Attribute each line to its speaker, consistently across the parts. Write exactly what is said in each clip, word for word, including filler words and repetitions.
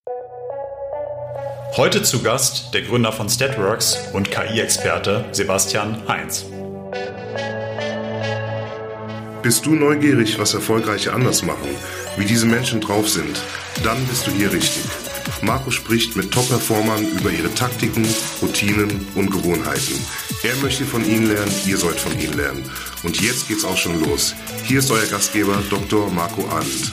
Speaker 1: Heute zu Gast der Gründer von Statworks und K I-Experte Sebastian Heinz.
Speaker 2: Bist du neugierig, was Erfolgreiche anders machen, wie diese Menschen drauf sind? Dann bist du hier richtig. Marco spricht mit Top-Performern über ihre Taktiken, Routinen und Gewohnheiten. Er möchte von ihnen lernen, ihr sollt von ihnen lernen. Und jetzt geht's auch schon los. Hier ist euer Gastgeber Doktor Marco Arndt.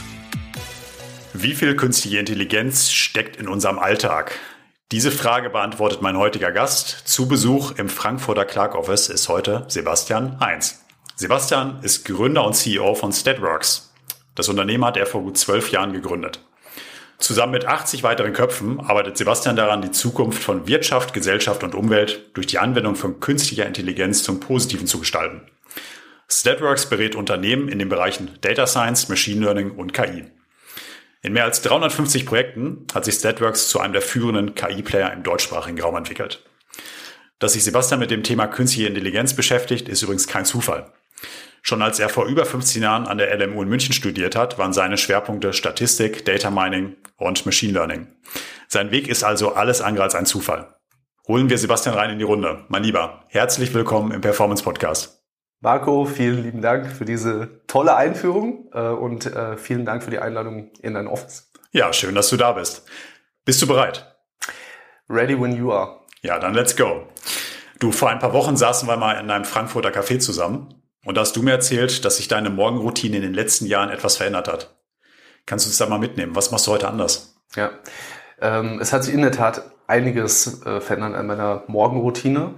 Speaker 1: Wie viel künstliche Intelligenz steckt in unserem Alltag? Diese Frage beantwortet mein heutiger Gast. Zu Besuch im Frankfurter Clark Office ist heute Sebastian Heinz. Sebastian ist Gründer und C E O von Statworks. Das Unternehmen hat er vor gut zwölf Jahren gegründet. Zusammen mit achtzig weiteren Köpfen arbeitet Sebastian daran, die Zukunft von Wirtschaft, Gesellschaft und Umwelt durch die Anwendung von künstlicher Intelligenz zum Positiven zu gestalten. Statworks berät Unternehmen in den Bereichen Data Science, Machine Learning und K I. In mehr als dreihundertfünfzig Projekten hat sich Statworks zu einem der führenden K I-Player im deutschsprachigen Raum entwickelt. Dass sich Sebastian mit dem Thema künstliche Intelligenz beschäftigt, ist übrigens kein Zufall. Schon als er vor über fünfzehn Jahren an der L M U in München studiert hat, waren seine Schwerpunkte Statistik, Data Mining und Machine Learning. Sein Weg ist also alles andere als ein Zufall. Holen wir Sebastian rein in die Runde. Mein Lieber, herzlich willkommen im Performance Podcast.
Speaker 3: Marco, vielen lieben Dank für diese tolle Einführung äh, und äh, vielen Dank für die Einladung in dein Office.
Speaker 1: Ja, schön, dass du da bist. Bist du bereit?
Speaker 3: Ready when you are.
Speaker 1: Ja, dann let's go. Du, vor ein paar Wochen saßen wir mal in einem Frankfurter Café zusammen und da hast du mir erzählt, dass sich deine Morgenroutine in den letzten Jahren etwas verändert hat. Kannst du uns da mal mitnehmen? Was machst du heute anders?
Speaker 3: Ja, ähm, es hat sich in der Tat einiges äh, verändert an meiner Morgenroutine.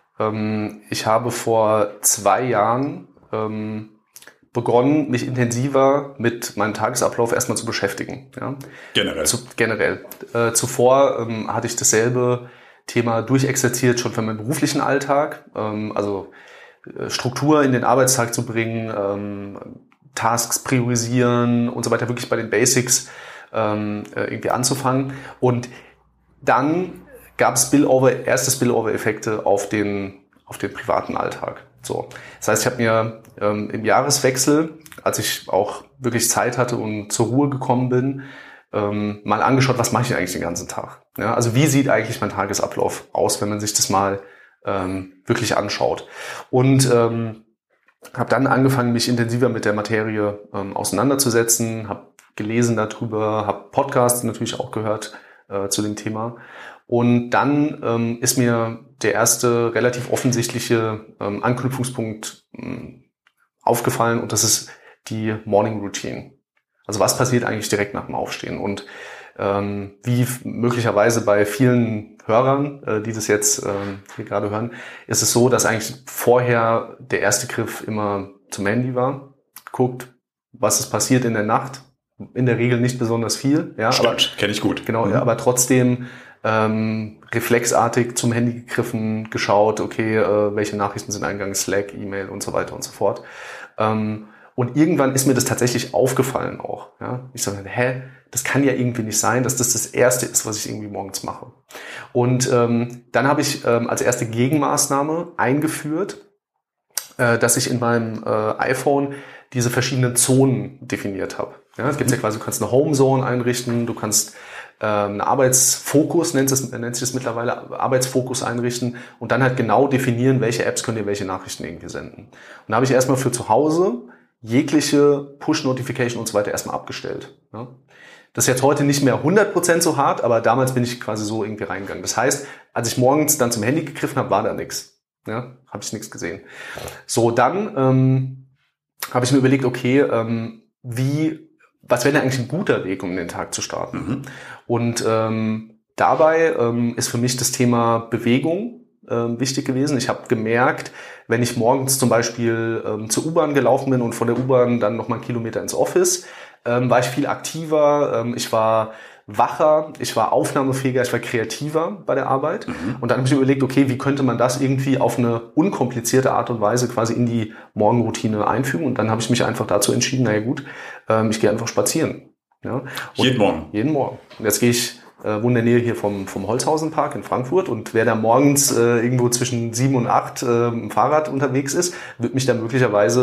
Speaker 3: Ich habe vor zwei Jahren ähm, begonnen, mich intensiver mit meinem Tagesablauf erstmal zu beschäftigen. Ja?
Speaker 1: Generell?
Speaker 3: Zu, generell. Äh, zuvor ähm, hatte ich dasselbe Thema durchexerziert schon für meinen beruflichen Alltag. Ähm, also äh, Struktur in den Arbeitstag zu bringen, ähm, Tasks priorisieren und so weiter, wirklich bei den Basics ähm, äh, irgendwie anzufangen. Und dann gab es Spillover, erste Spillover-Effekte auf den, auf den privaten Alltag. So. Das heißt, ich habe mir ähm, im Jahreswechsel, als ich auch wirklich Zeit hatte und zur Ruhe gekommen bin, ähm, mal angeschaut, was mache ich eigentlich den ganzen Tag. Ja, also wie sieht eigentlich mein Tagesablauf aus, wenn man sich das mal ähm, wirklich anschaut. Und ähm, habe dann angefangen, mich intensiver mit der Materie ähm, auseinanderzusetzen, habe gelesen darüber, habe Podcasts natürlich auch gehört äh, zu dem Thema. Und dann ähm, ist mir der erste relativ offensichtliche ähm, Anknüpfungspunkt ähm, aufgefallen und das ist die Morning Routine. Also was passiert eigentlich direkt nach dem Aufstehen? Und ähm, wie möglicherweise bei vielen Hörern, äh, die das jetzt äh, hier gerade hören, ist es so, dass eigentlich vorher der erste Griff immer zum Handy war. Guckt, was ist passiert in der Nacht. In der Regel nicht besonders viel. Ja,
Speaker 1: Stimmt, kenne ich gut.
Speaker 3: Genau, mhm. ja, aber trotzdem ähm, reflexartig zum Handy gegriffen, geschaut, okay, äh, welche Nachrichten sind eingegangen, Slack, E-Mail und so weiter und so fort. Ähm, und irgendwann ist mir das tatsächlich aufgefallen auch. Ja? Ich sage, hä, das kann ja irgendwie nicht sein, dass das das Erste ist, was ich irgendwie morgens mache. Und ähm, dann habe ich ähm, als erste Gegenmaßnahme eingeführt, äh, dass ich in meinem äh, iPhone diese verschiedenen Zonen definiert habe. Ja, es gibt ja quasi, du kannst eine Homezone einrichten, du kannst ähm, eine Arbeitsfokus, nennt es, nennt sich das mittlerweile, Arbeitsfokus einrichten und dann halt genau definieren, welche Apps können dir welche Nachrichten irgendwie senden. Und da habe ich erstmal für zu Hause jegliche Push-Notification und so weiter erstmal abgestellt. Ja. Das ist jetzt heute nicht mehr hundert Prozent so hart, aber damals bin ich quasi so irgendwie reingegangen. Das heißt, als ich morgens dann zum Handy gegriffen habe, war da nichts. Ja, habe ich nichts gesehen. So, dann ähm, habe ich mir überlegt, okay, ähm, wie, was wäre denn eigentlich ein guter Weg, um den Tag zu starten? Mhm. Und ähm, dabei ähm, ist für mich das Thema Bewegung ähm, wichtig gewesen. Ich habe gemerkt, wenn ich morgens zum Beispiel ähm, zur U-Bahn gelaufen bin und von der U-Bahn dann nochmal einen Kilometer ins Office, ähm, war ich viel aktiver, ähm, ich war wacher, ich war aufnahmefähiger, ich war kreativer bei der Arbeit. Mhm. Und dann habe ich mir überlegt, okay, wie könnte man das irgendwie auf eine unkomplizierte Art und Weise quasi in die Morgenroutine einfügen? Und dann habe ich mich einfach dazu entschieden, naja gut, ähm, ich gehe einfach spazieren. Ja?
Speaker 1: Jeden Morgen?
Speaker 3: Jeden Morgen. Und jetzt gehe ich, äh, wohne in der Nähe hier vom, vom Holzhausenpark in Frankfurt und wer da morgens äh, irgendwo zwischen sieben und acht äh, im Fahrrad unterwegs ist, wird mich dann möglicherweise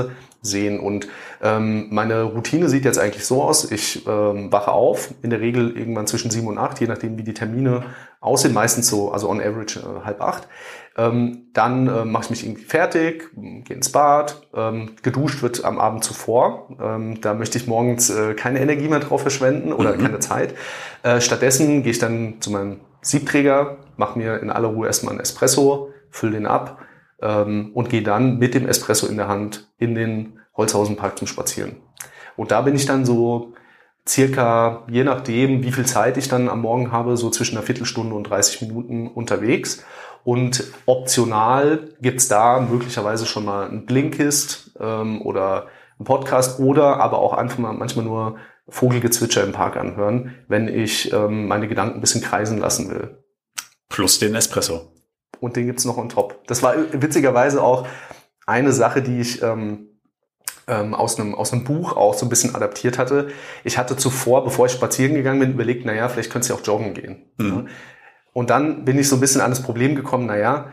Speaker 3: sehen. Und ähm, meine Routine sieht jetzt eigentlich so aus, ich ähm, wache auf, in der Regel irgendwann zwischen sieben und acht, je nachdem wie die Termine aussehen, meistens so, also on average äh, halb acht. Ähm, dann äh, mache ich mich irgendwie fertig, gehe ins Bad, ähm, geduscht wird am Abend zuvor. Ähm, da möchte ich morgens äh, keine Energie mehr drauf verschwenden oder mhm. keine Zeit. Äh, stattdessen gehe ich dann zu meinem Siebträger, mache mir in aller Ruhe erstmal einen Espresso, fülle den ab ähm, und gehe dann mit dem Espresso in der Hand in den Holzhausenpark zum Spazieren. Und da bin ich dann so circa, je nachdem, wie viel Zeit ich dann am Morgen habe, so zwischen einer Viertelstunde und dreißig Minuten unterwegs. Und optional gibt's da möglicherweise schon mal ein Blinkist ähm, oder ein Podcast oder aber auch einfach mal manchmal nur Vogelgezwitscher im Park anhören, wenn ich ähm, meine Gedanken ein bisschen kreisen lassen will.
Speaker 1: Plus den Espresso.
Speaker 3: Und den gibt's noch on top. Das war witzigerweise auch eine Sache, die ich ähm, ähm, aus einem aus einem Buch auch so ein bisschen adaptiert hatte. Ich hatte zuvor, bevor ich spazieren gegangen bin, überlegt, naja, vielleicht könntest du ja auch joggen gehen. Mhm. Und dann bin ich so ein bisschen an das Problem gekommen, naja,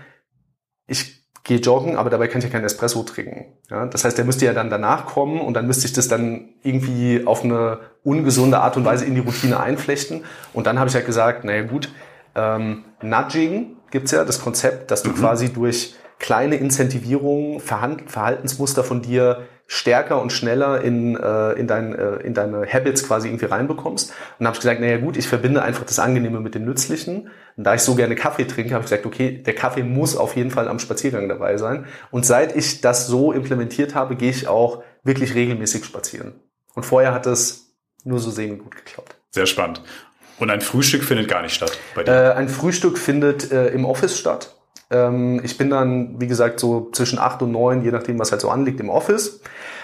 Speaker 3: ich gehe joggen, aber dabei kann ich ja keinen Espresso trinken. Ja, das heißt, der müsste ja dann danach kommen und dann müsste ich das dann irgendwie auf eine ungesunde Art und Weise in die Routine einflechten. Und dann habe ich halt gesagt, naja gut, ähm, Nudging gibt's ja, das Konzept, dass du mhm. quasi durch kleine Incentivierungen Verhand- Verhaltensmuster von dir stärker und schneller in, äh, in, dein, äh, in deine Habits quasi irgendwie reinbekommst. Und dann habe ich gesagt, naja gut, ich verbinde einfach das Angenehme mit dem Nützlichen. Und da ich so gerne Kaffee trinke, habe ich gesagt, okay, der Kaffee muss auf jeden Fall am Spaziergang dabei sein. Und seit ich das so implementiert habe, gehe ich auch wirklich regelmäßig spazieren. Und vorher hat es nur so semi-gut geklappt.
Speaker 1: Sehr spannend. Und ein Frühstück findet gar nicht statt bei dir?
Speaker 3: Äh, ein Frühstück findet äh, im Office statt. Ähm, ich bin dann, wie gesagt, so zwischen acht und neun, je nachdem, was halt so anliegt, im Office.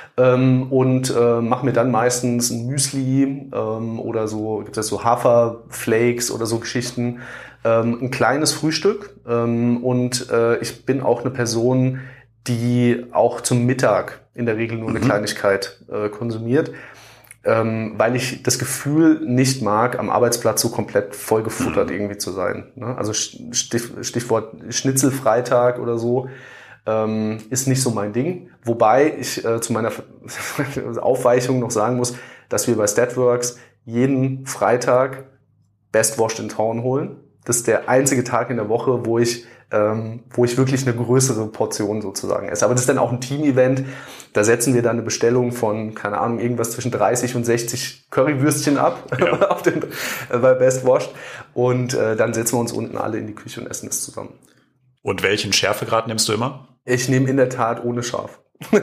Speaker 3: Ähm, und äh, mache mir dann meistens ein Müsli ähm, oder so, gibt es so Haferflakes oder so Geschichten. Ähm, ein kleines Frühstück. Ähm, und äh, ich bin auch eine Person, die auch zum Mittag in der Regel nur eine mhm. Kleinigkeit äh, konsumiert. Ähm, weil ich das Gefühl nicht mag, am Arbeitsplatz so komplett vollgefuttert mhm. irgendwie zu sein. Ne? Also Stich, Stichwort Schnitzelfreitag oder so ähm, ist nicht so mein Ding. Wobei ich äh, zu meiner Aufweichung noch sagen muss, dass wir bei Statworks jeden Freitag Best Washed in Town holen. Das ist der einzige Tag in der Woche, wo ich ähm, wo ich wirklich eine größere Portion sozusagen esse. Aber das ist dann auch ein Team-Event. Da setzen wir dann eine Bestellung von, keine Ahnung, irgendwas zwischen dreißig und sechzig Currywürstchen ab ja. auf den, äh, bei Best Washed. Und äh, dann setzen wir uns unten alle in die Küche und essen es zusammen.
Speaker 1: Und welchen Schärfegrad nimmst du immer?
Speaker 3: Ich nehme in der Tat ohne scharf.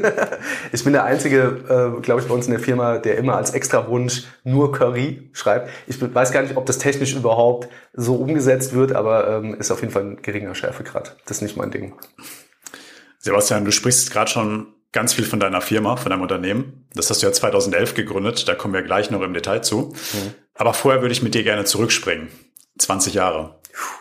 Speaker 3: Ich bin der Einzige, äh, glaube ich, bei uns in der Firma, der immer als Extrawunsch nur Curry schreibt. Ich weiß gar nicht, ob das technisch überhaupt so umgesetzt wird, aber ähm, ist auf jeden Fall ein geringer Schärfegrad. Das ist nicht mein Ding.
Speaker 1: Sebastian, du sprichst gerade schon ganz viel von deiner Firma, von deinem Unternehmen. Das hast du ja zweitausendelf gegründet, da kommen wir gleich noch im Detail zu. Mhm. Aber vorher würde ich mit dir gerne zurückspringen. zwanzig Jahre.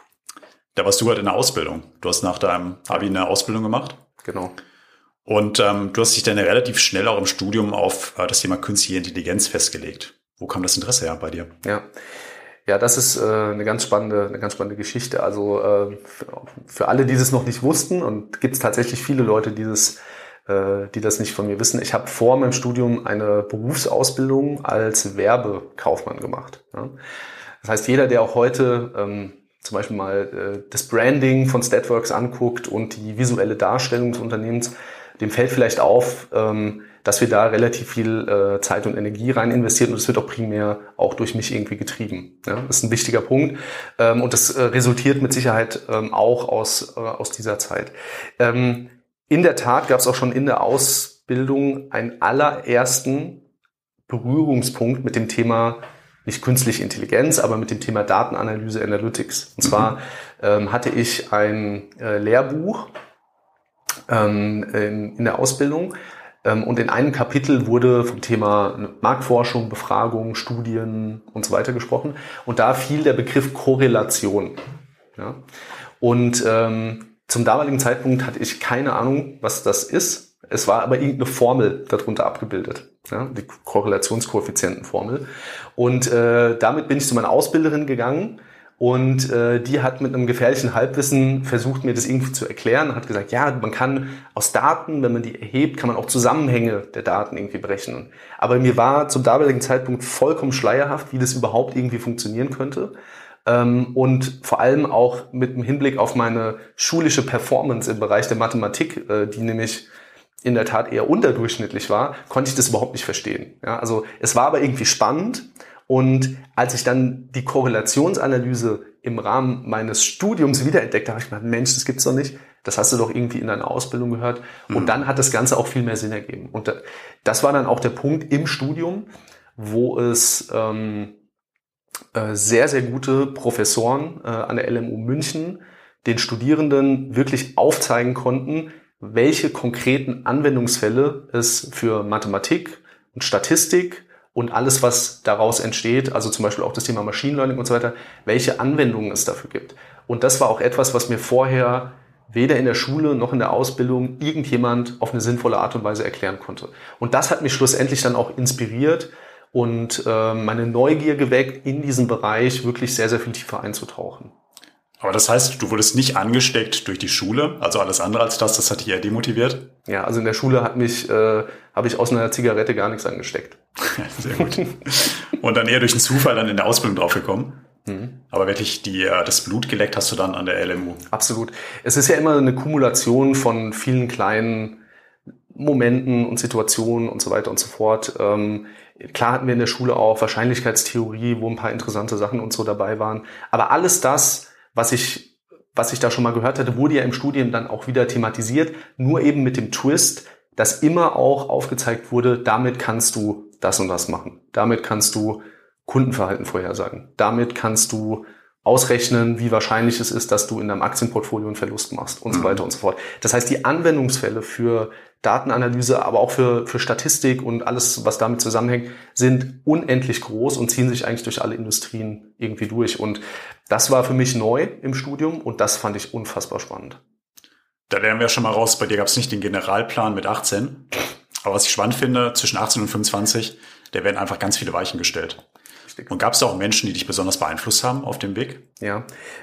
Speaker 1: Da warst du halt in der Ausbildung. Du hast nach deinem Abi eine Ausbildung gemacht.
Speaker 3: Genau.
Speaker 1: Und ähm, du hast dich dann relativ schnell auch im Studium auf äh, das Thema künstliche Intelligenz festgelegt. Wo kam das Interesse her bei dir?
Speaker 3: Ja, ja, das ist äh, eine ganz spannende, eine ganz spannende Geschichte. Also äh, für, für alle, die das noch nicht wussten, und gibt es tatsächlich viele Leute, die das, äh, die das nicht von mir wissen. Ich habe vor meinem Studium eine Berufsausbildung als Werbekaufmann gemacht. Ja. Das heißt, jeder, der auch heute ähm, zum Beispiel mal äh, das Branding von Statworks anguckt und die visuelle Darstellung des Unternehmens, dem fällt vielleicht auf, ähm, dass wir da relativ viel äh, Zeit und Energie rein investieren und es wird auch primär auch durch mich irgendwie getrieben. Ja? Das ist ein wichtiger Punkt ähm, und das äh, resultiert mit Sicherheit ähm, auch aus, äh, aus dieser Zeit. Ähm, in der Tat gab es auch schon in der Ausbildung einen allerersten Berührungspunkt mit dem Thema nicht künstliche Intelligenz, aber mit dem Thema Datenanalyse, Analytics. Und zwar ähm, hatte ich ein äh, Lehrbuch ähm, in, in der Ausbildung ähm, und in einem Kapitel wurde vom Thema Marktforschung, Befragung, Studien und so weiter gesprochen. Und da fiel der Begriff Korrelation. Ja? Und ähm, zum damaligen Zeitpunkt hatte ich keine Ahnung, was das ist. Es war aber irgendeine Formel darunter abgebildet. Ja, die Korrelationskoeffizientenformel. Und äh, damit bin ich zu meiner Ausbilderin gegangen Und äh, die hat mit einem gefährlichen Halbwissen versucht, mir das irgendwie zu erklären. Hat gesagt, ja, man kann aus Daten, wenn man die erhebt, kann man auch Zusammenhänge der Daten irgendwie berechnen. Aber mir war zum damaligen Zeitpunkt vollkommen schleierhaft, wie das überhaupt irgendwie funktionieren könnte. Ähm, und vor allem auch mit dem Hinblick auf meine schulische Performance im Bereich der Mathematik, äh, die nämlich in der Tat eher unterdurchschnittlich war, konnte ich das überhaupt nicht verstehen. Ja, also es war aber irgendwie spannend. Und als ich dann die Korrelationsanalyse im Rahmen meines Studiums wiederentdeckt habe, habe ich gedacht, Mensch, das gibt's doch nicht. Das hast du doch irgendwie in deiner Ausbildung gehört. Und mhm. dann hat das Ganze auch viel mehr Sinn ergeben. Und das war dann auch der Punkt im Studium, wo es ähm, äh, sehr, sehr gute Professoren äh, an der L M U München den Studierenden wirklich aufzeigen konnten, welche konkreten Anwendungsfälle es für Mathematik und Statistik und alles, was daraus entsteht, also zum Beispiel auch das Thema Machine Learning und so weiter, welche Anwendungen es dafür gibt. Und das war auch etwas, was mir vorher weder in der Schule noch in der Ausbildung irgendjemand auf eine sinnvolle Art und Weise erklären konnte. Und das hat mich schlussendlich dann auch inspiriert und äh, meine Neugier geweckt, in diesen Bereich wirklich sehr, sehr viel tiefer einzutauchen.
Speaker 1: Aber das heißt, du wurdest nicht angesteckt durch die Schule, also alles andere als das, das hat dich eher demotiviert?
Speaker 3: Ja, also in der Schule hat mich, äh, habe ich aus einer Zigarette gar nichts angesteckt.
Speaker 1: Sehr gut. Und dann eher durch einen Zufall dann in der Ausbildung draufgekommen. Mhm. Aber wirklich die, das Blut geleckt hast du dann an der L M U?
Speaker 3: Absolut. Es ist ja immer eine Kumulation von vielen kleinen Momenten und Situationen und so weiter und so fort. Ähm, klar hatten wir in der Schule auch Wahrscheinlichkeitstheorie, wo ein paar interessante Sachen und so dabei waren. Aber alles das, was ich, was ich da schon mal gehört hatte, wurde ja im Studium dann auch wieder thematisiert. Nur eben mit dem Twist, dass immer auch aufgezeigt wurde, damit kannst du das und das machen. Damit kannst du Kundenverhalten vorhersagen. Damit kannst du ausrechnen, wie wahrscheinlich es ist, dass du in deinem Aktienportfolio einen Verlust machst und mhm. so weiter und so fort. Das heißt, die Anwendungsfälle für Datenanalyse, aber auch für, für Statistik und alles, was damit zusammenhängt, sind unendlich groß und ziehen sich eigentlich durch alle Industrien irgendwie durch. Und das war für mich neu im Studium und das fand ich unfassbar spannend.
Speaker 1: Da lernen wir schon mal raus, bei dir gab es nicht den Generalplan mit achtzehn. Aber was ich spannend finde, zwischen achtzehn und fünfundzwanzig, da werden einfach ganz viele Weichen gestellt. Richtig. Und gab es da auch Menschen, die dich besonders beeinflusst haben auf dem Weg?
Speaker 3: Ja,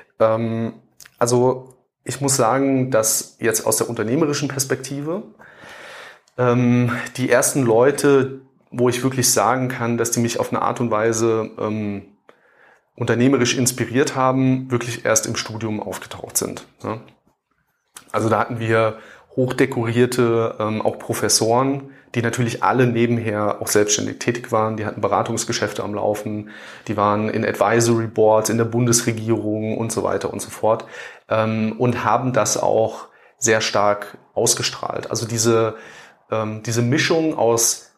Speaker 3: ähm, also ich muss sagen, dass jetzt aus der unternehmerischen Perspektive ähm, die ersten Leute, wo ich wirklich sagen kann, dass die mich auf eine Art und Weise ähm, unternehmerisch inspiriert haben, wirklich erst im Studium aufgetaucht sind. Ja? Also da hatten wir hochdekorierte, ähm, auch Professoren, die natürlich alle nebenher auch selbstständig tätig waren. Die hatten Beratungsgeschäfte am Laufen, die waren in Advisory Boards, in der Bundesregierung und so weiter und so fort ähm, und haben das auch sehr stark ausgestrahlt. Also diese, ähm, diese Mischung aus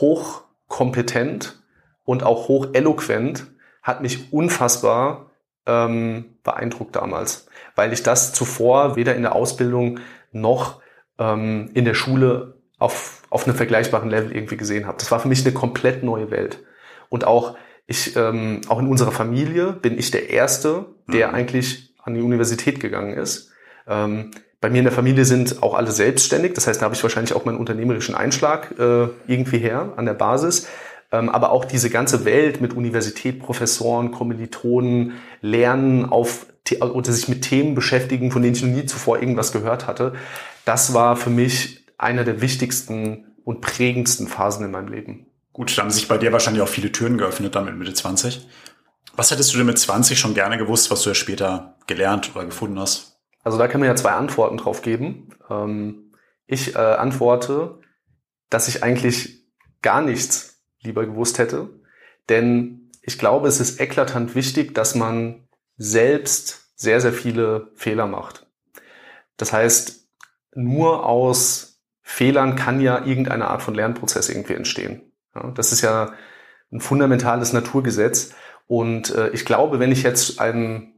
Speaker 3: hochkompetent und auch hocheloquent hat mich unfassbar ähm, beeindruckt damals, weil ich das zuvor weder in der Ausbildung noch ähm, in der Schule auf, auf einem vergleichbaren Level irgendwie gesehen habe. Das war für mich eine komplett neue Welt. Und auch ich, ähm, auch in unserer Familie bin ich der Erste, der mhm. eigentlich an die Universität gegangen ist. Ähm, bei mir in der Familie sind auch alle selbstständig. Das heißt, da habe ich wahrscheinlich auch meinen unternehmerischen Einschlag äh, irgendwie her an der Basis. Ähm, aber auch diese ganze Welt mit Universität, Professoren, Kommilitonen, Lernen auf oder sich mit Themen beschäftigen, von denen ich noch nie zuvor irgendwas gehört hatte, das war für mich eine der wichtigsten und prägendsten Phasen in meinem Leben.
Speaker 1: Gut, da haben sich bei dir wahrscheinlich auch viele Türen geöffnet dann mit Mitte zwanzig. Was hättest du denn mit zwanzig schon gerne gewusst, was du ja später gelernt oder gefunden hast?
Speaker 3: Also da kann man ja zwei Antworten drauf geben. Ich äh, antworte, dass ich eigentlich gar nichts lieber gewusst hätte, denn ich glaube, es ist eklatant wichtig, dass man selbst sehr, sehr viele Fehler macht. Das heißt, nur aus Fehlern kann ja irgendeine Art von Lernprozess irgendwie entstehen. Ja, das ist ja ein fundamentales Naturgesetz. Und äh, ich glaube, wenn ich jetzt einen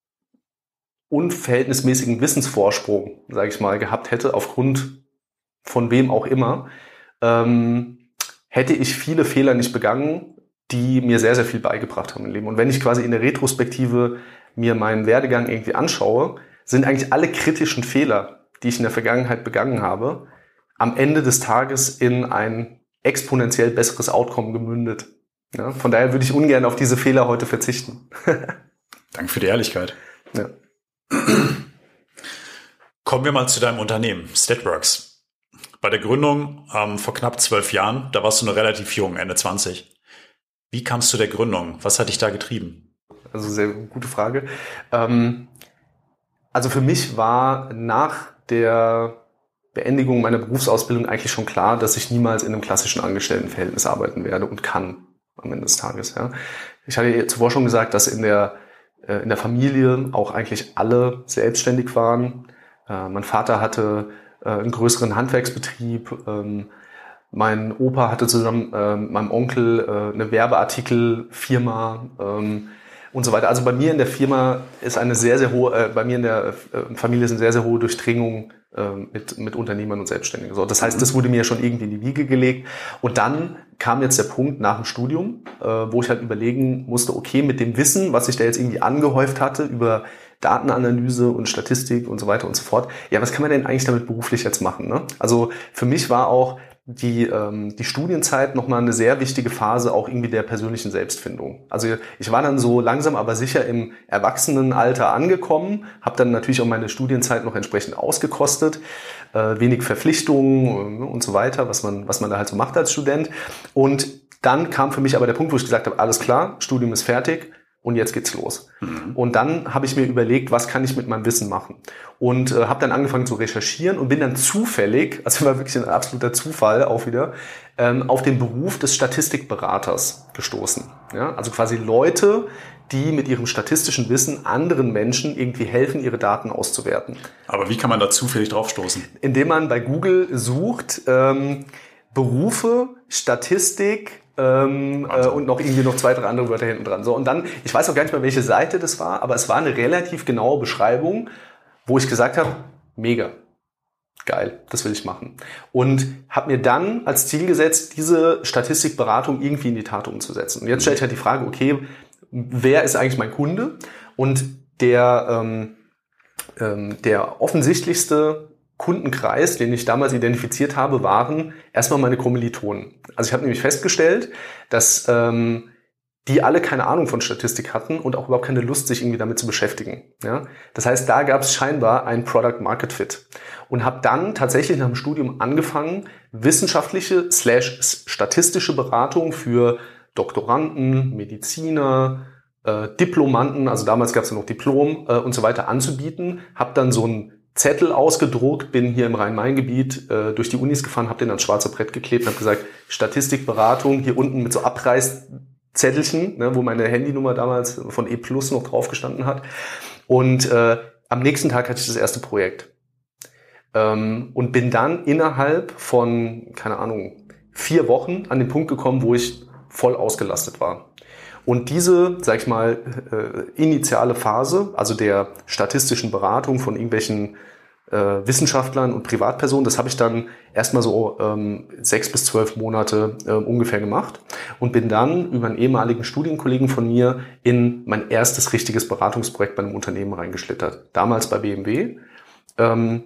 Speaker 3: unverhältnismäßigen Wissensvorsprung, sage ich mal, gehabt hätte, aufgrund von wem auch immer, ähm, hätte ich viele Fehler nicht begangen, die mir sehr, sehr viel beigebracht haben im Leben. Und wenn ich quasi in der Retrospektive mir meinen Werdegang irgendwie anschaue, sind eigentlich alle kritischen Fehler, die ich in der Vergangenheit begangen habe, am Ende des Tages in ein exponentiell besseres Outcome gemündet. Ja, von daher würde ich ungern auf diese Fehler heute verzichten.
Speaker 1: Danke für die Ehrlichkeit.
Speaker 3: Ja.
Speaker 1: Kommen wir mal zu deinem Unternehmen, Statworks. Bei der Gründung ähm, vor knapp zwölf Jahren, da warst du noch relativ jung, Ende zwanzig. Wie kamst du der Gründung? Was hat dich da getrieben?
Speaker 3: Also sehr gute Frage. Ähm, also für mich war nach der Beendigung meiner Berufsausbildung eigentlich schon klar, dass ich niemals in einem klassischen Angestelltenverhältnis arbeiten werde und kann am Ende des Tages. Ja. Ich hatte zuvor schon gesagt, dass in der, äh, in der Familie auch eigentlich alle selbstständig waren. Äh, mein Vater hatte äh, einen größeren Handwerksbetrieb. Ähm, mein Opa hatte zusammen äh, mit meinem Onkel äh, eine Werbeartikelfirma ähm, und so weiter. Also bei mir in der Firma ist eine sehr, sehr hohe, äh, bei mir in der äh, Familie ist eine sehr, sehr hohe Durchdringung äh, mit, mit Unternehmern und Selbstständigen. So, das heißt, das wurde mir schon irgendwie in die Wiege gelegt. Und dann kam jetzt der Punkt nach dem Studium, äh, wo ich halt überlegen musste, okay, mit dem Wissen, was ich da jetzt irgendwie angehäuft hatte über Datenanalyse und Statistik und so weiter und so fort, ja, was kann man denn eigentlich damit beruflich jetzt machen? Ne? Also für mich war auch die ähm, die Studienzeit nochmal eine sehr wichtige Phase auch irgendwie der persönlichen Selbstfindung. Also ich war dann so langsam aber sicher im Erwachsenenalter angekommen, habe dann natürlich auch meine Studienzeit noch entsprechend ausgekostet, äh, wenig Verpflichtungen und so weiter, was man was man da halt so macht als Student. Und dann kam für mich aber der Punkt, wo ich gesagt habe, alles klar, Studium ist fertig. Und jetzt geht's los. Mhm. Und dann habe ich mir überlegt, was kann ich mit meinem Wissen machen? Und äh, habe dann angefangen zu recherchieren und bin dann zufällig, also war wirklich ein absoluter Zufall auch wieder, ähm, auf den Beruf des Statistikberaters gestoßen. Ja? Also quasi Leute, die mit ihrem statistischen Wissen anderen Menschen irgendwie helfen, ihre Daten auszuwerten.
Speaker 1: Aber wie kann man da zufällig drauf stoßen?
Speaker 3: Indem man bei Google sucht, ähm, Berufe, Statistik, Ähm, äh, und noch irgendwie noch zwei, drei andere Wörter hinten dran. So, und dann, ich weiß auch gar nicht mehr, welche Seite das war, aber es war eine relativ genaue Beschreibung, wo ich gesagt habe, mega, geil, das will ich machen. Und habe mir dann als Ziel gesetzt, diese Statistikberatung irgendwie in die Tat umzusetzen. Und jetzt stellt sich halt die Frage, okay, wer ist eigentlich mein Kunde? Und der, ähm, ähm, der offensichtlichste Kundenkreis, den ich damals identifiziert habe, waren erstmal meine Kommilitonen. Also ich habe nämlich festgestellt, dass ähm, die alle keine Ahnung von Statistik hatten und auch überhaupt keine Lust, sich irgendwie damit zu beschäftigen. Ja? Das heißt, da gab es scheinbar ein Product-Market-Fit. Und habe dann tatsächlich nach dem Studium angefangen, wissenschaftliche slash statistische Beratung für Doktoranden, Mediziner, äh, Diplomanten, also damals gab es ja noch Diplom äh, und so weiter anzubieten. Habe dann so ein Zettel ausgedruckt, bin hier im Rhein-Main-Gebiet äh, durch die Unis gefahren, habe den ans schwarze Brett geklebt und habe gesagt, Statistikberatung, hier unten mit so Abreißzettelchen, ne, wo meine Handynummer damals von E Plus noch drauf gestanden hat. Und äh, am nächsten Tag hatte ich das erste Projekt. Ähm, und bin dann innerhalb von, keine Ahnung, vier Wochen an den Punkt gekommen, wo ich voll ausgelastet war. Und diese, sag ich mal, äh, initiale Phase, also der statistischen Beratung von irgendwelchen äh, Wissenschaftlern und Privatpersonen, das habe ich dann erstmal so ähm, sechs bis zwölf Monate äh, ungefähr gemacht und bin dann über einen ehemaligen Studienkollegen von mir in mein erstes richtiges Beratungsprojekt bei einem Unternehmen reingeschlittert. Damals bei B M W, ähm,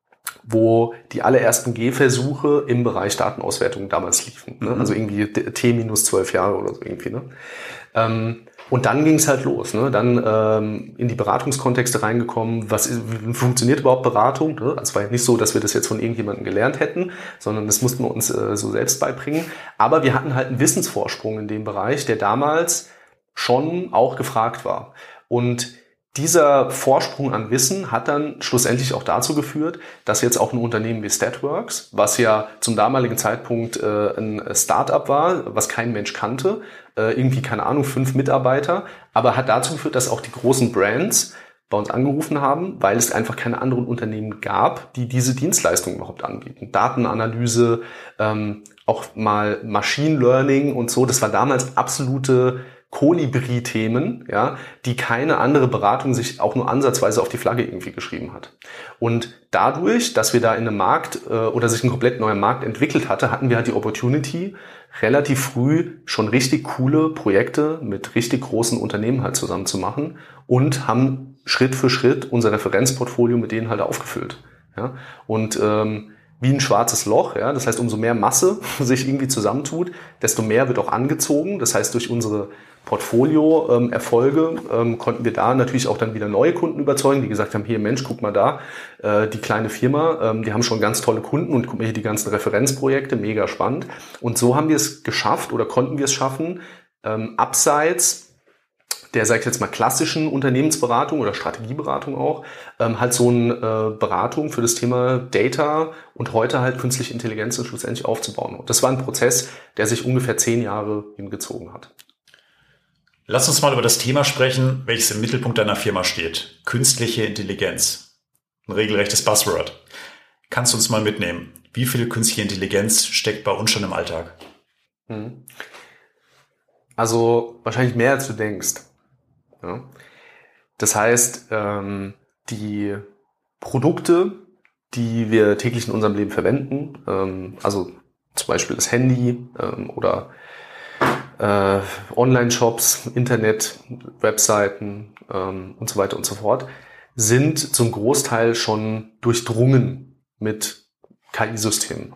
Speaker 3: wo die allerersten Gehversuche im Bereich Datenauswertung damals liefen. Ne? Mhm. Also irgendwie T minus zwölf Jahre oder so irgendwie. Ne? Ähm, und dann ging es halt los. Ne? Dann ähm, in die Beratungskontexte reingekommen. Was ist, wie funktioniert überhaupt Beratung? Ne? Also es war ja nicht so, dass wir das jetzt von irgendjemandem gelernt hätten, sondern das mussten wir uns äh, so selbst beibringen. Aber wir hatten halt einen Wissensvorsprung in dem Bereich, der damals schon auch gefragt war. Und dieser Vorsprung an Wissen hat dann schlussendlich auch dazu geführt, dass jetzt auch ein Unternehmen wie Statworks, was ja zum damaligen Zeitpunkt äh, ein Start-up war, was kein Mensch kannte, äh, irgendwie, keine Ahnung, fünf Mitarbeiter, aber hat dazu geführt, dass auch die großen Brands bei uns angerufen haben, weil es einfach keine anderen Unternehmen gab, die diese Dienstleistung überhaupt anbieten. Datenanalyse, ähm, auch mal Machine Learning und so, das war damals absolute Kolibri-Themen, ja, die keine andere Beratung sich auch nur ansatzweise auf die Flagge irgendwie geschrieben hat. Und dadurch, dass wir da in einem Markt äh, oder sich ein komplett neuer Markt entwickelt hatte, hatten wir halt die Opportunity, relativ früh schon richtig coole Projekte mit richtig großen Unternehmen halt zusammen zu machen und haben Schritt für Schritt unser Referenzportfolio mit denen halt aufgefüllt. Ja. Und ähm, wie ein schwarzes Loch, ja, das heißt, umso mehr Masse sich irgendwie zusammentut, desto mehr wird auch angezogen. Das heißt, durch unsere Portfolio ähm, Erfolge ähm, konnten wir da natürlich auch dann wieder neue Kunden überzeugen, die gesagt haben, hier Mensch, guck mal da, äh, die kleine Firma, ähm, die haben schon ganz tolle Kunden und guck mal hier die ganzen Referenzprojekte, mega spannend. Und so haben wir es geschafft oder konnten wir es schaffen, ähm, abseits der, sag ich jetzt mal, klassischen Unternehmensberatung oder Strategieberatung auch, ähm, halt so eine äh, Beratung für das Thema Data und heute halt künstliche Intelligenz schlussendlich aufzubauen. Und das war ein Prozess, der sich ungefähr zehn Jahre hingezogen hat.
Speaker 1: Lass uns mal über das Thema sprechen, welches im Mittelpunkt deiner Firma steht. Künstliche Intelligenz. Ein regelrechtes Buzzword. Kannst du uns mal mitnehmen? Wie viel künstliche Intelligenz steckt bei uns schon im Alltag?
Speaker 3: Also wahrscheinlich mehr, als du denkst. Ja. Das heißt, ähm, die Produkte, die wir täglich in unserem Leben verwenden, ähm, also zum Beispiel das Handy ähm, oder äh, Online-Shops, Internet, Webseiten ähm, und so weiter und so fort, sind zum Großteil schon durchdrungen mit K I-Systemen.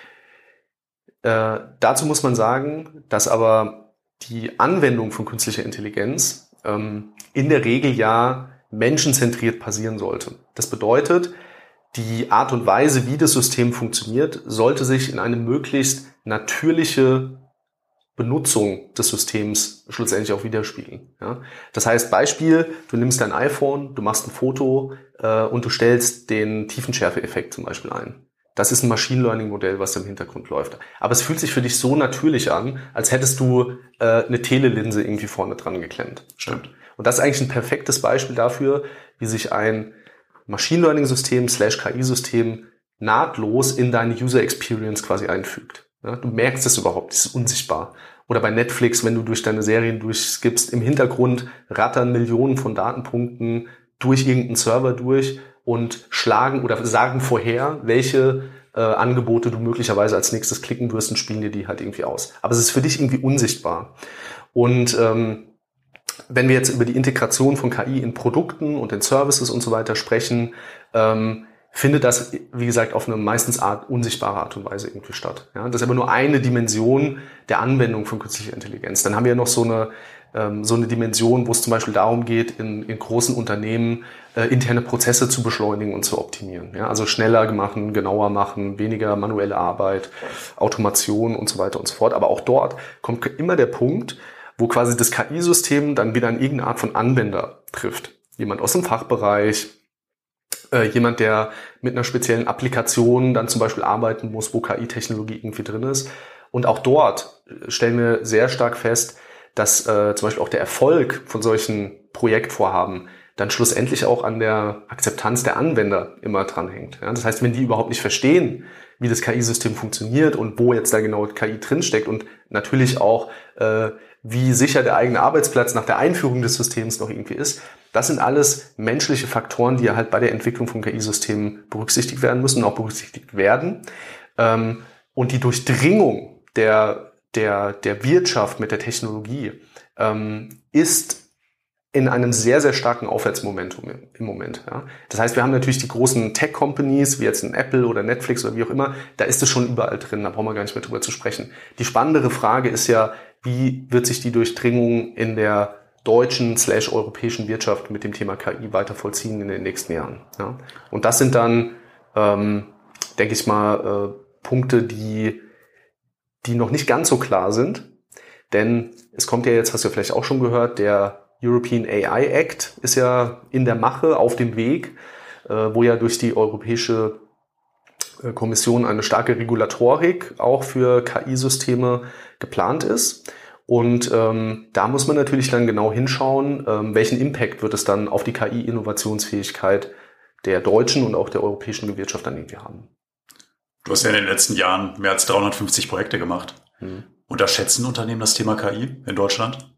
Speaker 3: Äh, dazu muss man sagen, dass aber die Anwendung von künstlicher Intelligenz ähm, in der Regel ja menschenzentriert passieren sollte. Das bedeutet, die Art und Weise, wie das System funktioniert, sollte sich in eine möglichst natürliche Benutzung des Systems schlussendlich auch widerspiegeln. Ja? Das heißt, Beispiel, du nimmst dein iPhone, du machst ein Foto äh, und du stellst den Tiefenschärfe-Effekt zum Beispiel ein. Das ist ein Machine Learning Modell, was im Hintergrund läuft. Aber es fühlt sich für dich so natürlich an, als hättest du äh, eine Telelinse irgendwie vorne dran geklemmt.
Speaker 1: Stimmt.
Speaker 3: Und das ist eigentlich ein perfektes Beispiel dafür, wie sich ein Machine Learning System slash K I-System nahtlos in deine User Experience quasi einfügt. Ja, du merkst es überhaupt, es ist unsichtbar. Oder bei Netflix, wenn du durch deine Serien durchskippst, im Hintergrund rattern Millionen von Datenpunkten durch irgendeinen Server durch und schlagen oder sagen vorher, welche äh, Angebote du möglicherweise als nächstes klicken wirst und spielen dir die halt irgendwie aus. Aber es ist für dich irgendwie unsichtbar. Und ähm, wenn wir jetzt über die Integration von K I in Produkten und in Services und so weiter sprechen, ähm, findet das, wie gesagt, auf eine meistens art, unsichtbare Art und Weise irgendwie statt. Ja, das ist aber nur eine Dimension der Anwendung von künstlicher Intelligenz. Dann haben wir ja noch so eine, ähm, so eine Dimension, wo es zum Beispiel darum geht, in, in großen Unternehmen äh, interne Prozesse zu beschleunigen und zu optimieren. Ja, also schneller machen, genauer machen, weniger manuelle Arbeit, Automation und so weiter und so fort. Aber auch dort kommt immer der Punkt, wo quasi das K I-System dann wieder an irgendeine Art von Anwender trifft. Jemand aus dem Fachbereich, äh, jemand, der mit einer speziellen Applikation dann zum Beispiel arbeiten muss, wo K I-Technologie irgendwie drin ist. Und auch dort stellen wir sehr stark fest, dass äh, zum Beispiel auch der Erfolg von solchen Projektvorhaben dann schlussendlich auch an der Akzeptanz der Anwender immer dranhängt. Ja, das heißt, wenn die überhaupt nicht verstehen, wie das K I-System funktioniert und wo jetzt da genau K I drinsteckt und natürlich auch, äh, wie sicher der eigene Arbeitsplatz nach der Einführung des Systems noch irgendwie ist, das sind alles menschliche Faktoren, die ja halt bei der Entwicklung von K I-Systemen berücksichtigt werden müssen und auch berücksichtigt werden. Ähm, und die Durchdringung der, der, der Wirtschaft mit der Technologie ähm, ist in einem sehr, sehr starken Aufwärtsmomentum im Moment. Ja. Das heißt, wir haben natürlich die großen Tech-Companies, wie jetzt ein Apple oder Netflix oder wie auch immer, da ist es schon überall drin, da brauchen wir gar nicht mehr drüber zu sprechen. Die spannendere Frage ist ja, wie wird sich die Durchdringung in der deutschen slash europäischen Wirtschaft mit dem Thema K I weiter vollziehen in den nächsten Jahren. Ja. Und das sind dann, ähm, denke ich mal, äh, Punkte, die, die noch nicht ganz so klar sind. Denn es kommt ja jetzt, hast du ja vielleicht auch schon gehört, der European A I Act ist ja in der Mache, auf dem Weg, äh, wo ja durch die Europäische Kommission eine starke Regulatorik auch für K I-Systeme geplant ist. Und ähm, da muss man natürlich dann genau hinschauen, ähm, welchen Impact wird es dann auf die K I-Innovationsfähigkeit der deutschen und auch der europäischen Wirtschaft dann irgendwie haben.
Speaker 1: Du hast ja in den letzten Jahren mehr als dreihundertfünfzig Projekte gemacht. Hm. Unterschätzen Unternehmen das Thema K I in Deutschland?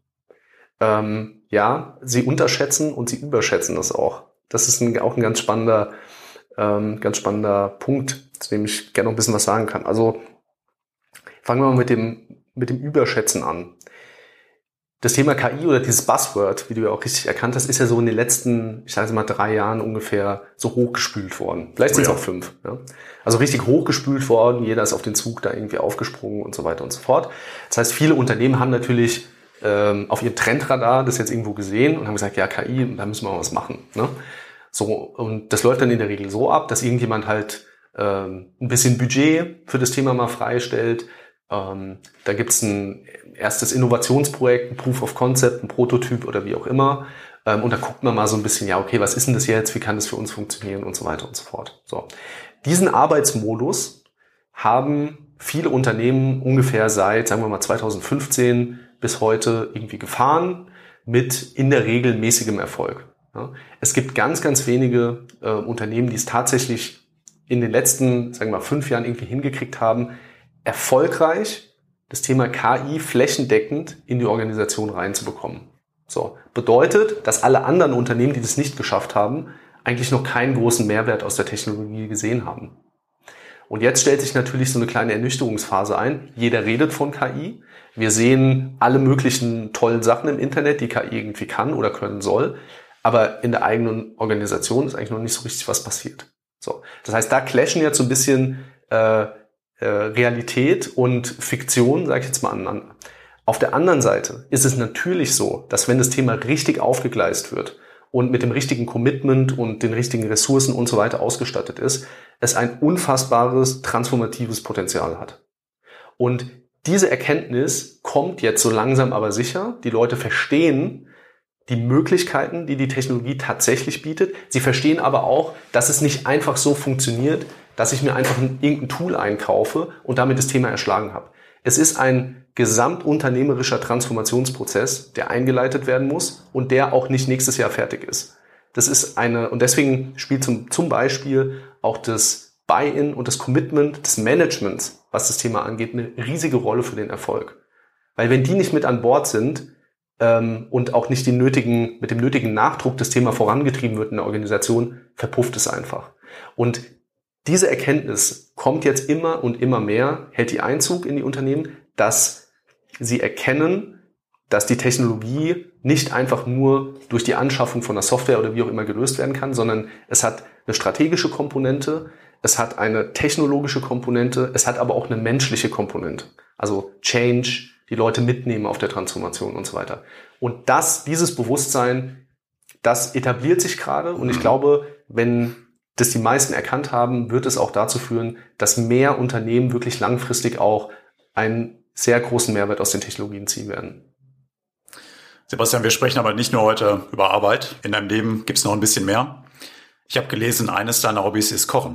Speaker 3: Ähm, ja, sie unterschätzen und sie überschätzen das auch. Das ist ein, auch ein ganz spannender, ähm, ganz spannender Punkt, zu dem ich gerne noch ein bisschen was sagen kann. Also fangen wir mal mit dem, mit dem Überschätzen an. Das Thema K I oder dieses Buzzword, wie du ja auch richtig erkannt hast, ist ja so in den letzten, ich sage mal, drei Jahren ungefähr so hochgespült worden. Vielleicht sind es oh ja. auch fünf. Ja? Also richtig hochgespült worden, jeder ist auf den Zug da irgendwie aufgesprungen und so weiter und so fort. Das heißt, viele Unternehmen haben natürlich ähm, auf ihrem Trendradar das jetzt irgendwo gesehen und haben gesagt, ja, K I, da müssen wir mal was machen. Ne? So, und das läuft dann in der Regel so ab, dass irgendjemand halt ähm, ein bisschen Budget für das Thema mal freistellt. Ähm, da gibt's ein erstes Innovationsprojekt, ein Proof of Concept, ein Prototyp oder wie auch immer. Ähm, und da guckt man mal so ein bisschen, ja, okay, was ist denn das jetzt? Wie kann das für uns funktionieren und so weiter und so fort. So. Diesen Arbeitsmodus haben viele Unternehmen ungefähr seit, sagen wir mal, zweitausendfünfzehn bis heute irgendwie gefahren mit in der Regel mäßigem Erfolg. Ja. Es gibt ganz, ganz wenige äh, Unternehmen, die es tatsächlich in den letzten, sagen wir mal, fünf Jahren irgendwie hingekriegt haben, erfolgreich das Thema K I flächendeckend in die Organisation reinzubekommen. So, bedeutet, dass alle anderen Unternehmen, die das nicht geschafft haben, eigentlich noch keinen großen Mehrwert aus der Technologie gesehen haben. Und jetzt stellt sich natürlich so eine kleine Ernüchterungsphase ein. Jeder redet von K I. Wir sehen alle möglichen tollen Sachen im Internet, die K I irgendwie kann oder können soll. Aber in der eigenen Organisation ist eigentlich noch nicht so richtig was passiert. So, das heißt, da clashen jetzt so ein bisschen äh, äh, Realität und Fiktion, sage ich jetzt mal, aneinander. Auf der anderen Seite ist es natürlich so, dass wenn das Thema richtig aufgegleist wird und mit dem richtigen Commitment und den richtigen Ressourcen und so weiter ausgestattet ist, es ein unfassbares transformatives Potenzial hat. Und diese Erkenntnis kommt jetzt so langsam aber sicher. Die Leute verstehen die Möglichkeiten, die die Technologie tatsächlich bietet. Sie verstehen aber auch, dass es nicht einfach so funktioniert, dass ich mir einfach ein, irgendein Tool einkaufe und damit das Thema erschlagen habe. Es ist ein gesamtunternehmerischer Transformationsprozess, der eingeleitet werden muss und der auch nicht nächstes Jahr fertig ist. Das ist eine, und deswegen spielt zum, zum Beispiel auch das Buy-in und das Commitment des Managements, was das Thema angeht, eine riesige Rolle für den Erfolg. Weil wenn die nicht mit an Bord sind ähm, und auch nicht die nötigen, mit dem nötigen Nachdruck das Thema vorangetrieben wird in der Organisation, verpufft es einfach. Und diese Erkenntnis kommt jetzt immer und immer mehr, hält die Einzug in die Unternehmen, dass sie erkennen, dass die Technologie nicht einfach nur durch die Anschaffung von einer Software oder wie auch immer gelöst werden kann, sondern es hat eine strategische Komponente, es hat eine technologische Komponente, es hat aber auch eine menschliche Komponente. Also Change, die Leute mitnehmen auf der Transformation und so weiter. Und das, dieses Bewusstsein, das etabliert sich gerade und ich glaube, wenn das die meisten erkannt haben, wird es auch dazu führen, dass mehr Unternehmen wirklich langfristig auch einen sehr großen Mehrwert aus den Technologien ziehen werden.
Speaker 1: Sebastian, wir sprechen aber nicht nur heute über Arbeit. In deinem Leben gibt es noch ein bisschen mehr. Ich habe gelesen, eines deiner Hobbys ist Kochen.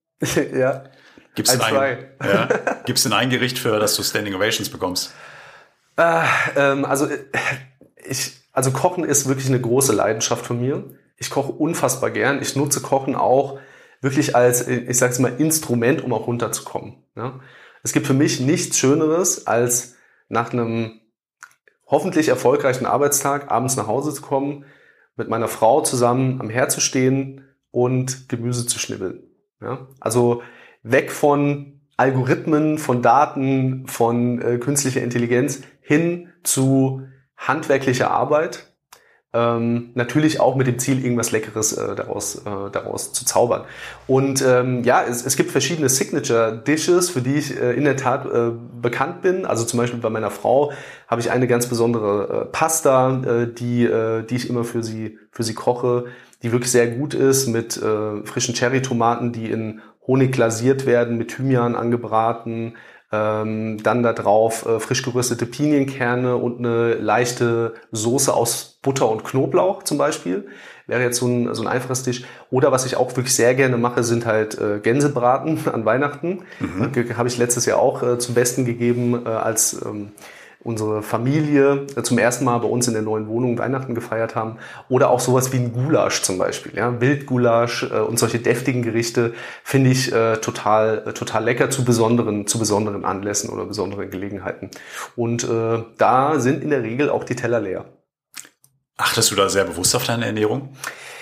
Speaker 3: Ja,
Speaker 1: Gibt es ein, ja, gibt's denn ein Gericht, für das du Standing Ovations bekommst?
Speaker 3: Äh, ähm, also, ich, also Kochen ist wirklich eine große Leidenschaft von mir. Ich koche unfassbar gern. Ich nutze Kochen auch wirklich als, ich sage es mal, Instrument, um auch runterzukommen. Ja? Es gibt für mich nichts Schöneres, als nach einem hoffentlich erfolgreichen Arbeitstag abends nach Hause zu kommen, mit meiner Frau zusammen am Herd zu stehen und Gemüse zu schnibbeln. Ja? Also weg von Algorithmen, von Daten, von äh, künstlicher Intelligenz hin zu handwerklicher Arbeit. Ähm, natürlich auch mit dem Ziel, irgendwas Leckeres äh, daraus, äh, daraus zu zaubern. Und ähm, ja, es, es gibt verschiedene Signature-Dishes, für die ich äh, in der Tat äh, bekannt bin. Also zum Beispiel bei meiner Frau habe ich eine ganz besondere äh, Pasta, äh, die, äh, die ich immer für sie, für sie koche, die wirklich sehr gut ist, mit äh, frischen Cherry-Tomaten, die in Honig glasiert werden, mit Thymian angebraten. Ähm, dann da drauf äh, frisch geröstete Pinienkerne und eine leichte Soße aus Butter und Knoblauch zum Beispiel. Wäre jetzt so ein, so ein einfaches Tisch. Oder was ich auch wirklich sehr gerne mache, sind halt äh, Gänsebraten an Weihnachten. Mhm. Äh, habe ich letztes Jahr auch äh, zum Besten gegeben, äh, als ähm, unsere Familie äh, zum ersten Mal bei uns in der neuen Wohnung Weihnachten gefeiert haben. Oder auch sowas wie ein Gulasch zum Beispiel. Ja? Wildgulasch äh, und solche deftigen Gerichte finde ich äh, total, äh, total lecker zu besonderen, zu besonderen Anlässen oder besonderen Gelegenheiten. Und äh, da sind in der Regel auch die Teller leer.
Speaker 1: Achtest du da sehr bewusst auf deine Ernährung?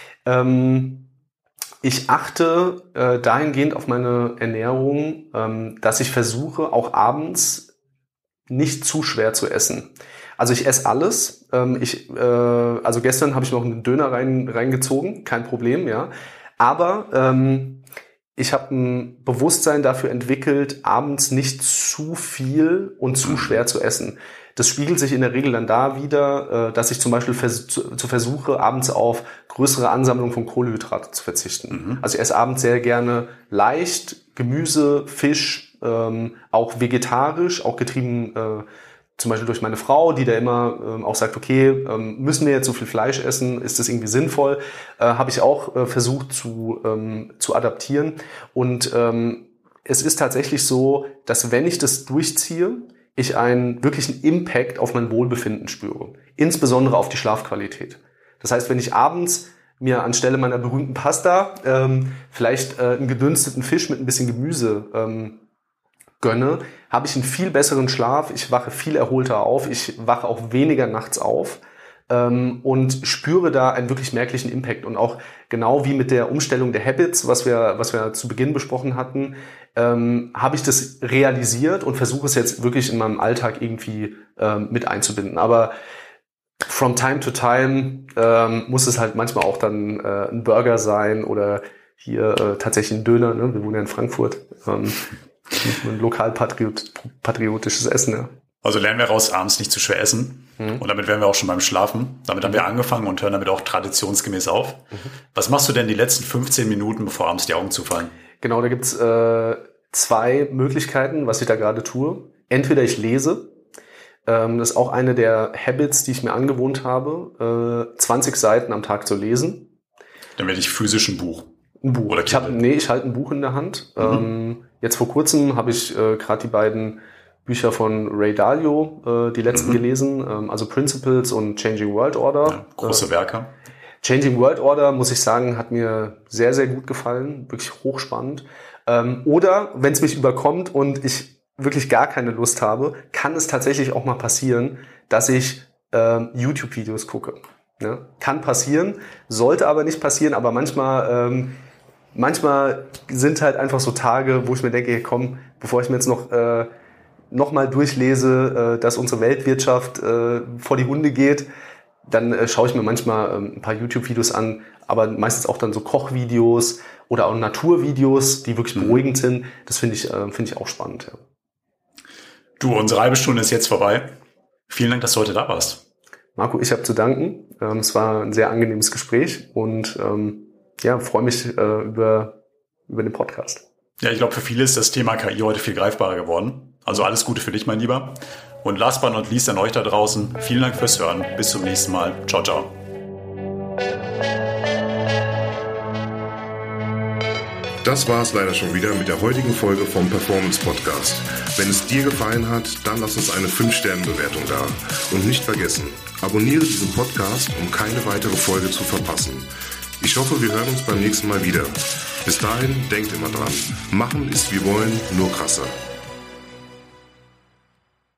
Speaker 3: Ähm, ich achte äh, dahingehend auf meine Ernährung, ähm, dass ich versuche, auch abends nicht zu schwer zu essen. Also ich esse alles. Ähm, ich, äh, also gestern habe ich noch einen Döner rein, reingezogen, kein Problem, ja. Aber ähm, ich habe ein Bewusstsein dafür entwickelt, abends nicht zu viel und zu schwer zu essen. Das spiegelt sich in der Regel dann da wieder, dass ich zum Beispiel vers- zu versuche, abends auf größere Ansammlungen von Kohlenhydraten zu verzichten. Mhm. Also ich esse abends sehr gerne leicht, Gemüse, Fisch, ähm, auch vegetarisch, auch getrieben äh, zum Beispiel durch meine Frau, die da immer ähm, auch sagt, okay, ähm, müssen wir jetzt so viel Fleisch essen, ist das irgendwie sinnvoll? Äh, habe ich auch äh, versucht zu, ähm, zu adaptieren. Und ähm, es ist tatsächlich so, dass wenn ich das durchziehe, ich einen wirklichen Impact auf mein Wohlbefinden spüre. Insbesondere auf die Schlafqualität. Das heißt, wenn ich abends mir anstelle meiner berühmten Pasta ähm, vielleicht äh, einen gedünsteten Fisch mit ein bisschen Gemüse ähm, gönne, habe ich einen viel besseren Schlaf. Ich wache viel erholter auf. Ich wache auch weniger nachts auf ähm, und spüre da einen wirklich merklichen Impact. Und auch genau wie mit der Umstellung der Habits, was wir, was wir zu Beginn besprochen hatten, ähm, habe ich das realisiert und versuche es jetzt wirklich in meinem Alltag irgendwie ähm, mit einzubinden. Aber from time to time ähm, muss es halt manchmal auch dann äh, ein Burger sein oder hier äh, tatsächlich ein Döner. Ne? Wir wohnen ja in Frankfurt. Ähm, ein lokalpatriotisches Essen. Ja.
Speaker 1: Also lernen wir raus, abends nicht zu schwer essen. Mhm. Und damit wären wir auch schon beim Schlafen. Damit haben wir angefangen und hören damit auch traditionsgemäß auf. Mhm. Was machst du denn die letzten fünfzehn Minuten, bevor abends die Augen zufallen?
Speaker 3: Genau, da gibt's äh, zwei Möglichkeiten, was ich da gerade tue. Entweder ich lese. Ähm, das ist auch eine der Habits, die ich mir angewohnt habe, äh, zwanzig Seiten am Tag zu lesen.
Speaker 1: Dann werde ich physisch ein Buch.
Speaker 3: Ein Buch. Oder ich hab, nee, ich halte ein Buch in der Hand. Mhm. Ähm, jetzt vor kurzem habe ich äh, gerade die beiden Bücher von Ray Dalio, äh, die letzten mhm. gelesen, ähm, also Principles und Changing World Order.
Speaker 1: Ja, große
Speaker 3: äh,
Speaker 1: Werke.
Speaker 3: Changing World Order, muss ich sagen, hat mir sehr, sehr gut gefallen. Wirklich hochspannend. Ähm, oder, wenn es mich überkommt und ich wirklich gar keine Lust habe, kann es tatsächlich auch mal passieren, dass ich ähm, YouTube-Videos gucke. Ne? Kann passieren, sollte aber nicht passieren, aber manchmal... Ähm, Manchmal sind halt einfach so Tage, wo ich mir denke, hey, komm, bevor ich mir jetzt noch äh, noch mal durchlese, äh, dass unsere Weltwirtschaft äh, vor die Hunde geht, dann äh, schaue ich mir manchmal ähm, ein paar YouTube-Videos an, aber meistens auch dann so Kochvideos oder auch Naturvideos, die wirklich beruhigend sind. Das finde ich, äh, finde ich auch spannend. Ja.
Speaker 1: Du, unsere halbe Stunde ist jetzt vorbei. Vielen Dank, dass du heute da warst.
Speaker 3: Marco, ich habe zu danken. Ähm, es war ein sehr angenehmes Gespräch und ähm, ja, freue mich äh, über, über den Podcast.
Speaker 1: Ja, ich glaube, für viele ist das Thema K I heute viel greifbarer geworden. Also alles Gute für dich, mein Lieber. Und last but not least an euch da draußen. Vielen Dank fürs Hören. Bis zum nächsten Mal. Ciao, ciao.
Speaker 2: Das war es leider schon wieder mit der heutigen Folge vom Performance Podcast. Wenn es dir gefallen hat, dann lass uns eine fünf Sterne Bewertung da. Und nicht vergessen, abonniere diesen Podcast, um keine weitere Folge zu verpassen. Ich hoffe, wir hören uns beim nächsten Mal wieder. Bis dahin, denkt immer dran. Machen ist wie wollen, nur krasser.